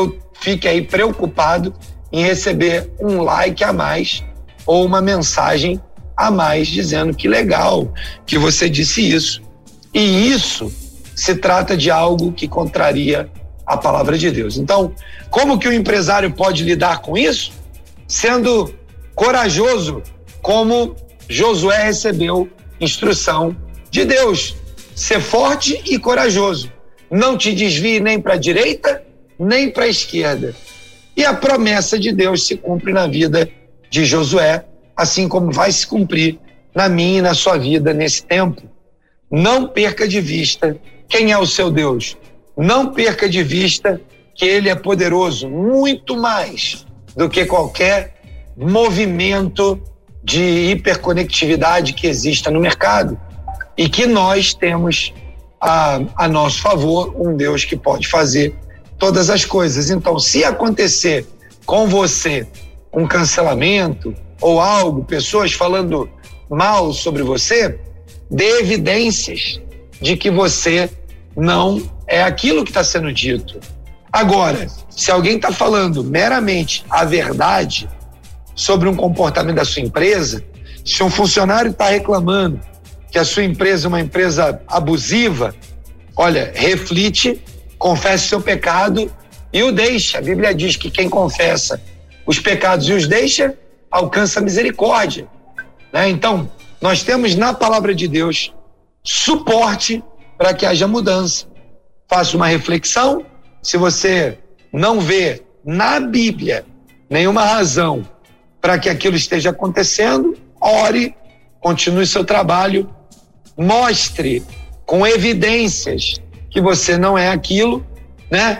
S3: fique aí preocupado em receber um like a mais ou uma mensagem a mais dizendo que legal que você disse isso. E isso se trata de algo que contraria a palavra de Deus. Então, como que o empresário pode lidar com isso? Sendo corajoso, como Josué recebeu instrução de Deus. Ser forte e corajoso. Não te desvie nem para a direita, nem para a esquerda. E a promessa de Deus se cumpre na vida de Josué, assim como vai se cumprir na minha e na sua vida nesse tempo. Não perca de vista quem é o seu Deus. Não perca de vista que Ele é poderoso, muito mais do que qualquer movimento de hiperconectividade que exista no mercado. E que nós temos a nosso favor um Deus que pode fazer todas as coisas. Então, se acontecer com você um cancelamento ou algo, pessoas falando mal sobre você, dê evidências de que você não é aquilo que está sendo dito. Agora, se alguém está falando meramente a verdade sobre um comportamento da sua empresa, se um funcionário está reclamando que a sua empresa é uma empresa abusiva, olha, reflite, confesse seu pecado e o deixa. A Bíblia diz que quem confessa os pecados e os deixa, alcança misericórdia, né? Então, nós temos na palavra de Deus suporte para que haja mudança. Faça uma reflexão. Se você não vê na Bíblia nenhuma razão para que aquilo esteja acontecendo, ore, continue seu trabalho, mostre com evidências que você não é aquilo, né?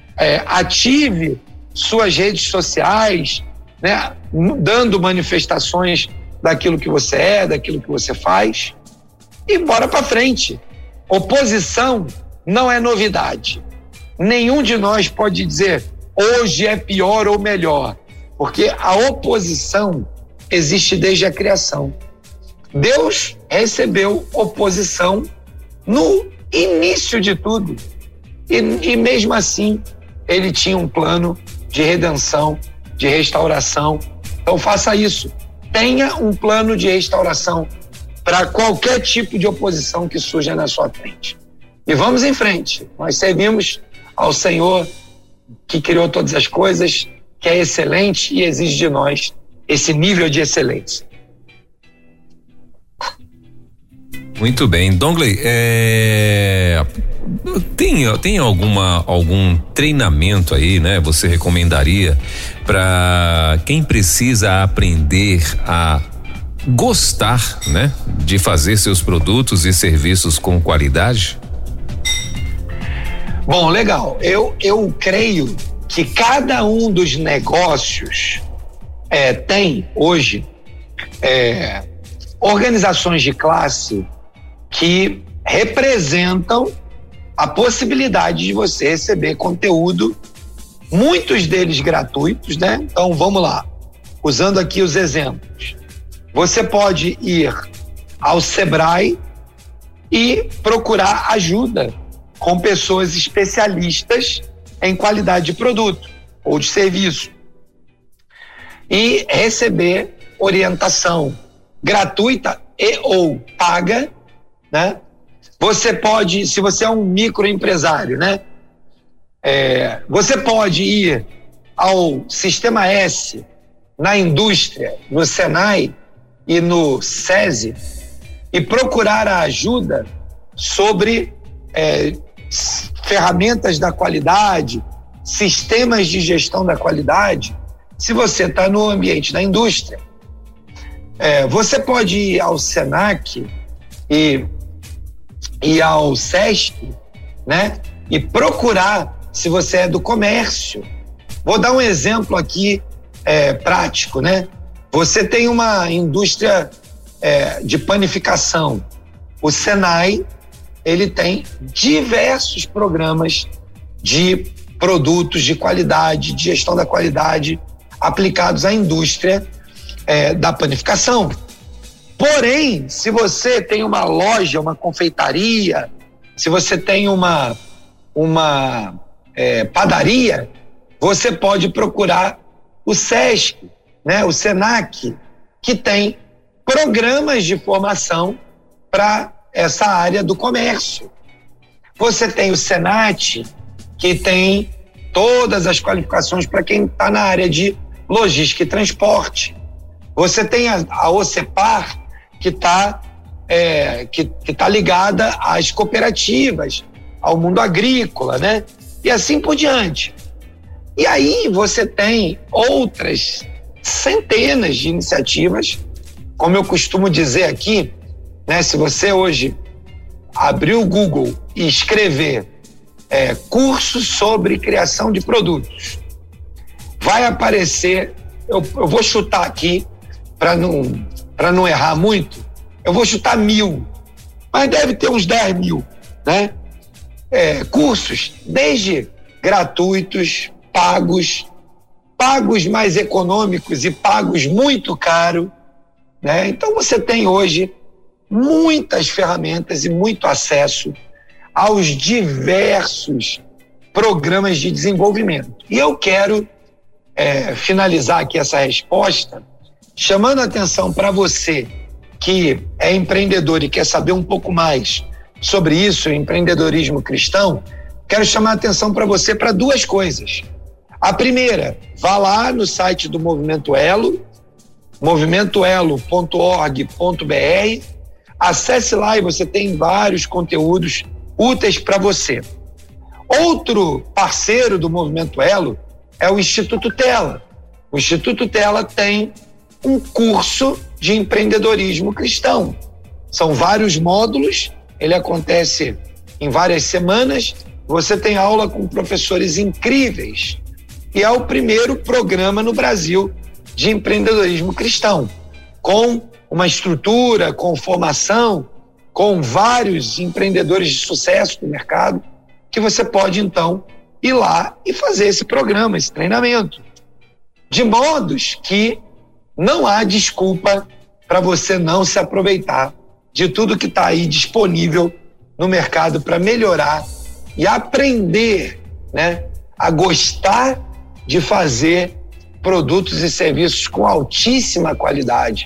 S3: Ative suas redes sociais, né? Dando manifestações daquilo que você é, daquilo que você faz, e bora para frente. Oposição não é novidade. Nenhum de nós pode dizer hoje é pior ou melhor, porque a oposição existe desde a criação. Deus recebeu oposição no início de tudo. E mesmo assim, ele tinha um plano de redenção, de restauração. Então faça isso. Tenha um plano de restauração para qualquer tipo de oposição que surja na sua frente. E vamos em frente. Nós servimos ao Senhor que criou todas as coisas, que é excelente e exige de nós esse nível de excelência.
S2: Muito bem. Dongley, tem algum treinamento aí, né? Você recomendaria para quem precisa aprender a gostar, né? De fazer seus produtos e serviços com qualidade?
S3: Bom, legal. Eu creio que cada um dos negócios tem hoje organizações de classe que representam a possibilidade de você receber conteúdo, muitos deles gratuitos, né? Então vamos lá, usando aqui os exemplos. Você pode ir ao Sebrae e procurar ajuda com pessoas especialistas em qualidade de produto ou de serviço e receber orientação gratuita e ou paga, né? Você pode, se você é um microempresário, né? Você pode ir ao Sistema S na indústria, no Senai e no SESI e procurar a ajuda sobre ferramentas da qualidade, sistemas de gestão da qualidade, se você está no ambiente da indústria. Você pode ir ao SENAC e ao SESC, né? E procurar, se você é do comércio. Vou dar um exemplo aqui prático, né? Você tem uma indústria de panificação. O Senai, ele tem diversos programas de produtos de qualidade, de gestão da qualidade aplicados à indústria da panificação. Porém, se você tem uma loja, uma confeitaria, se você tem uma padaria, você pode procurar o SESC, né, o SENAC, que tem programas de formação para essa área do comércio. Você tem o SENAT, que tem todas as qualificações para quem está na área de logística e transporte. Você tem a OCEPAR, que está ligada às cooperativas, ao mundo agrícola, né? E assim por diante. E aí você tem outras centenas de iniciativas, como eu costumo dizer aqui, né? Se você hoje abrir o Google e escrever cursos sobre criação de produtos, vai aparecer, eu vou chutar aqui, para não errar muito, eu vou chutar 1.000, mas deve ter uns 10.000, né? Cursos, desde gratuitos, pagos mais econômicos e pagos muito caro, né? Então você tem hoje muitas ferramentas e muito acesso aos diversos programas de desenvolvimento. E eu quero finalizar aqui essa resposta chamando a atenção para você que é empreendedor e quer saber um pouco mais sobre isso, empreendedorismo cristão. Quero chamar a atenção para você para duas coisas. A primeira, vá lá no site do Movimento Elo, movimentoelo.org.br, acesse lá e você tem vários conteúdos úteis para você. Outro parceiro do Movimento Elo é o Instituto Tela. O Instituto Tela tem um curso de empreendedorismo cristão. São vários módulos, ele acontece em várias semanas, você tem aula com professores incríveis e é o primeiro programa no Brasil de empreendedorismo cristão, com uma estrutura, com formação, com vários empreendedores de sucesso no mercado, que você pode então ir lá e fazer esse programa, esse treinamento. De modos que não há desculpa para você não se aproveitar de tudo que está aí disponível no mercado para melhorar e aprender, né, a gostar de fazer produtos e serviços com altíssima qualidade.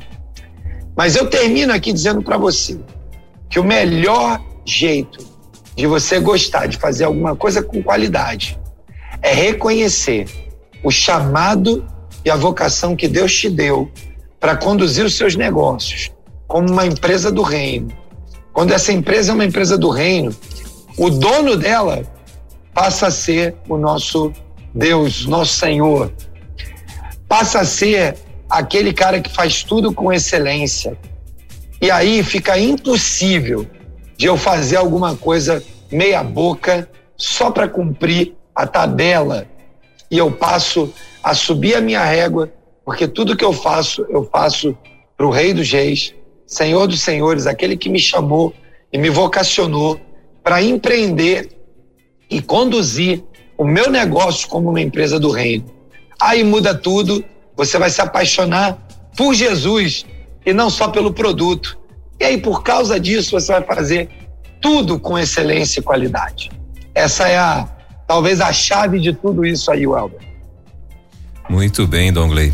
S3: Mas eu termino aqui dizendo para você que o melhor jeito de você gostar de fazer alguma coisa com qualidade é reconhecer o chamado e a vocação que Deus te deu para conduzir os seus negócios como uma empresa do reino. Quando essa empresa é uma empresa do reino, o dono dela passa a ser o nosso Deus, nosso Senhor. Passa a ser aquele cara que faz tudo com excelência. E aí fica impossível de eu fazer alguma coisa meia boca só para cumprir a tabela. E eu passo a subir a minha régua, porque tudo que eu faço para o Rei dos Reis, Senhor dos Senhores, aquele que me chamou e me vocacionou para empreender e conduzir o meu negócio como uma empresa do reino. Aí muda tudo, você vai se apaixonar por Jesus e não só pelo produto. E aí, por causa disso, você vai fazer tudo com excelência e qualidade. Essa é talvez a chave de tudo isso aí, Welber.
S2: Muito bem, Dongley.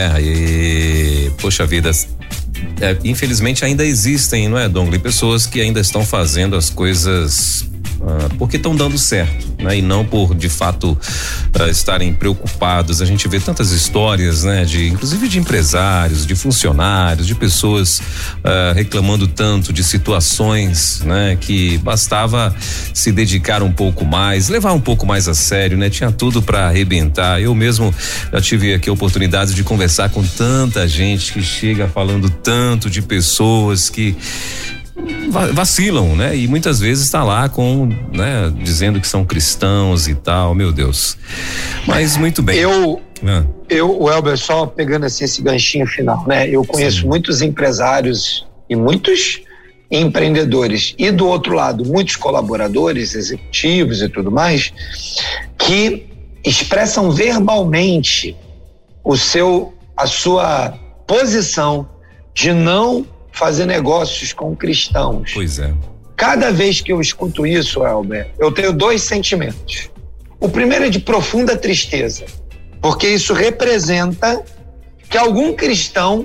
S2: Poxa vida, infelizmente ainda existem, não é, Dongley, pessoas que ainda estão fazendo as coisas porque estão dando certo, né? E não por, de fato, estarem preocupados. A gente vê tantas histórias, né? Inclusive de empresários, de funcionários, de pessoas reclamando tanto de situações, né? Que bastava se dedicar um pouco mais, levar um pouco mais a sério, né? Tinha tudo para arrebentar. Eu mesmo já tive aqui a oportunidade de conversar com tanta gente que chega falando tanto de pessoas que vacilam, né? E muitas vezes está lá dizendo que são cristãos e tal, meu Deus. Mas muito bem.
S3: Eu, Welber, só pegando assim esse ganchinho final, né? Eu conheço muitos empresários e muitos empreendedores e do outro lado, muitos colaboradores, executivos e tudo mais, que expressam verbalmente a sua posição de não fazer negócios com cristãos.
S2: Pois é.
S3: Cada vez que eu escuto isso, Elber, eu tenho dois sentimentos. O primeiro é de profunda tristeza, porque isso representa que algum cristão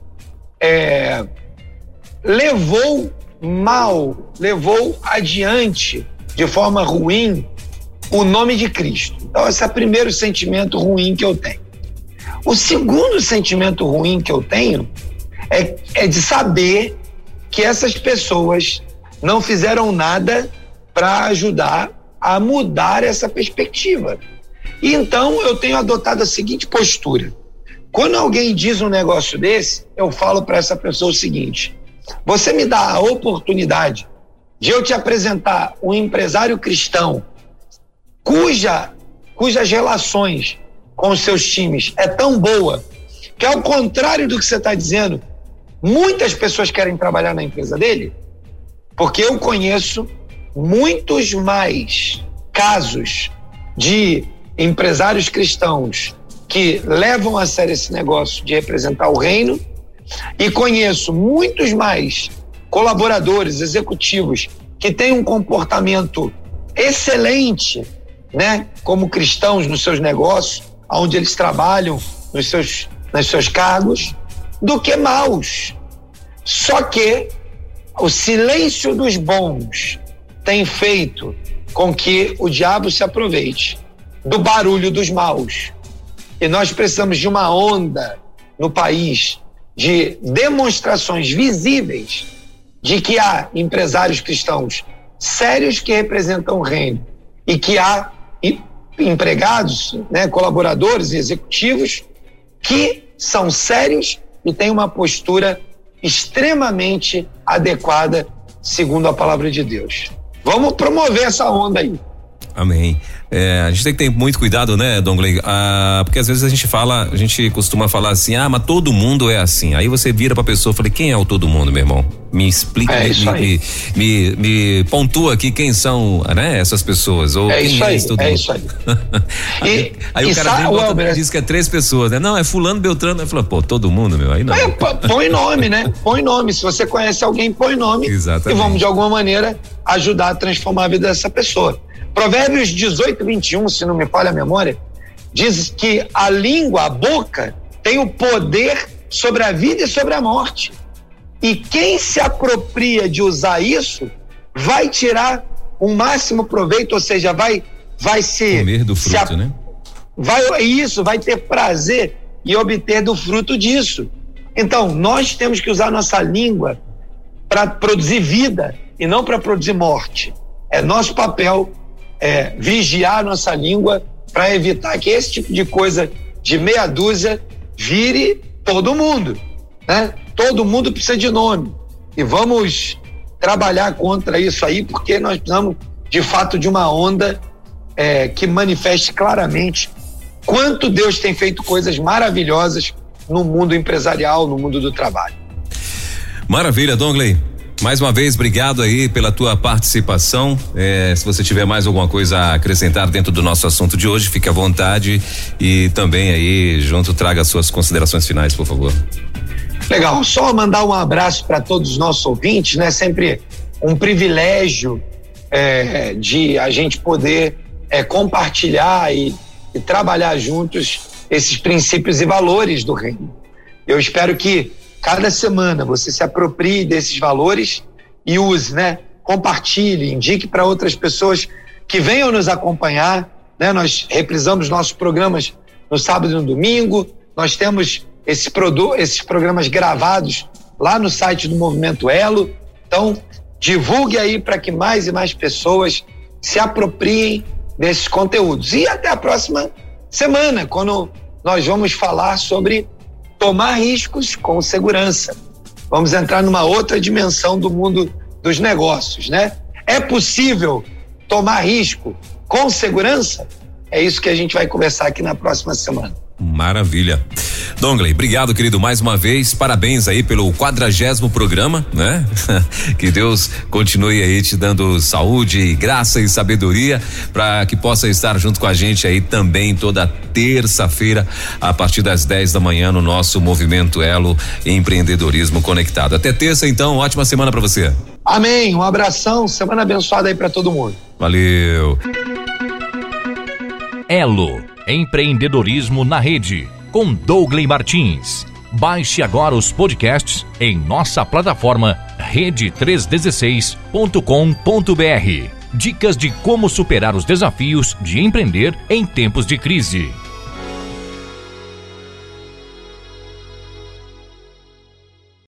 S3: levou adiante de forma ruim o nome de Cristo. Então esse é o primeiro sentimento ruim que eu tenho. O segundo sentimento ruim que eu tenho é de saber que essas pessoas não fizeram nada para ajudar a mudar essa perspectiva. E então eu tenho adotado a seguinte postura: quando alguém diz um negócio desse, eu falo para essa pessoa o seguinte: você me dá a oportunidade de eu te apresentar um empresário cristão cujas relações com os seus times é tão boa que, ao contrário do que você está dizendo, muitas pessoas querem trabalhar na empresa dele? Porque eu conheço muitos mais casos de empresários cristãos que levam a sério esse negócio de representar o reino, e conheço muitos mais colaboradores, executivos que têm um comportamento excelente, né, como cristãos nos seus negócios, onde eles trabalham nos seus cargos, do que maus. Só que o silêncio dos bons tem feito com que o diabo se aproveite do barulho dos maus. E nós precisamos de uma onda no país de demonstrações visíveis de que há empresários cristãos sérios que representam o reino e que há empregados, né, colaboradores e executivos que são sérios e têm uma postura extremamente adequada segundo a palavra de Deus. Vamos promover essa onda aí.
S2: Amém. A gente tem que ter muito cuidado, né, Dongley? Porque às vezes a gente costuma falar assim: mas todo mundo é assim. Aí você vira pra pessoa e fala: quem é o todo mundo, meu irmão? Me explica, me pontua aqui quem são, né, essas pessoas. Ou quem
S3: isso aí,
S2: todo mundo.
S3: Isso aí.
S2: aí o cara vem e diz que é 3 pessoas, né? Não, é fulano, Beltrano. Aí fala: pô, todo mundo, meu. Aí não.
S3: Põe nome, né? Põe nome. Se você conhece alguém, põe nome.
S2: Exatamente.
S3: E vamos, de alguma maneira, ajudar a transformar a vida dessa pessoa. Provérbios 18:21, se não me falha a memória, diz que a língua, a boca, tem o poder sobre a vida e sobre a morte. E quem se apropria de usar isso vai tirar o máximo proveito, ou seja, vai se
S2: comer do fruto, né?
S3: Vai ter prazer e obter do fruto disso. Então, nós temos que usar nossa língua para produzir vida e não para produzir morte. É nosso papel vigiar nossa língua para evitar que esse tipo de coisa de meia dúzia vire todo mundo, né? Todo mundo precisa de nome e vamos trabalhar contra isso aí, porque nós precisamos de fato de uma onda que manifeste claramente quanto Deus tem feito coisas maravilhosas no mundo empresarial, no mundo do trabalho.
S2: Maravilha, Dongley. Mais uma vez, obrigado aí pela tua participação. Se você tiver mais alguma coisa a acrescentar dentro do nosso assunto de hoje, fique à vontade e também aí junto traga as suas considerações finais, por favor.
S3: Legal, só mandar um abraço para todos os nossos ouvintes, né? Sempre um privilégio de a gente poder compartilhar e trabalhar juntos esses princípios e valores do reino. Eu espero que cada semana você se aproprie desses valores e use, né? Compartilhe, indique para outras pessoas que venham nos acompanhar, né? Nós reprisamos nossos programas no sábado e no domingo, nós temos esses programas gravados lá no site do Movimento Elo. Então, divulgue aí para que mais e mais pessoas se apropriem desses conteúdos. E até a próxima semana, quando nós vamos falar sobre tomar riscos com segurança. Vamos entrar numa outra dimensão do mundo dos negócios, né? É possível tomar risco com segurança? É isso que a gente vai conversar aqui na próxima semana.
S2: Maravilha. Dongley, obrigado, querido, mais uma vez, parabéns aí pelo 40º programa, né? Que Deus continue aí te dando saúde, graça e sabedoria para que possa estar junto com a gente aí também toda terça-feira a partir das 10 da manhã no nosso Movimento Elo Empreendedorismo Conectado. Até terça, então, ótima semana para você.
S3: Amém, um abração, semana abençoada aí para todo mundo.
S2: Valeu.
S1: Elo, empreendedorismo na rede, com Douglas Martins. Baixe agora os podcasts em nossa plataforma rede316.com.br. Dicas de como superar os desafios de empreender em tempos de crise.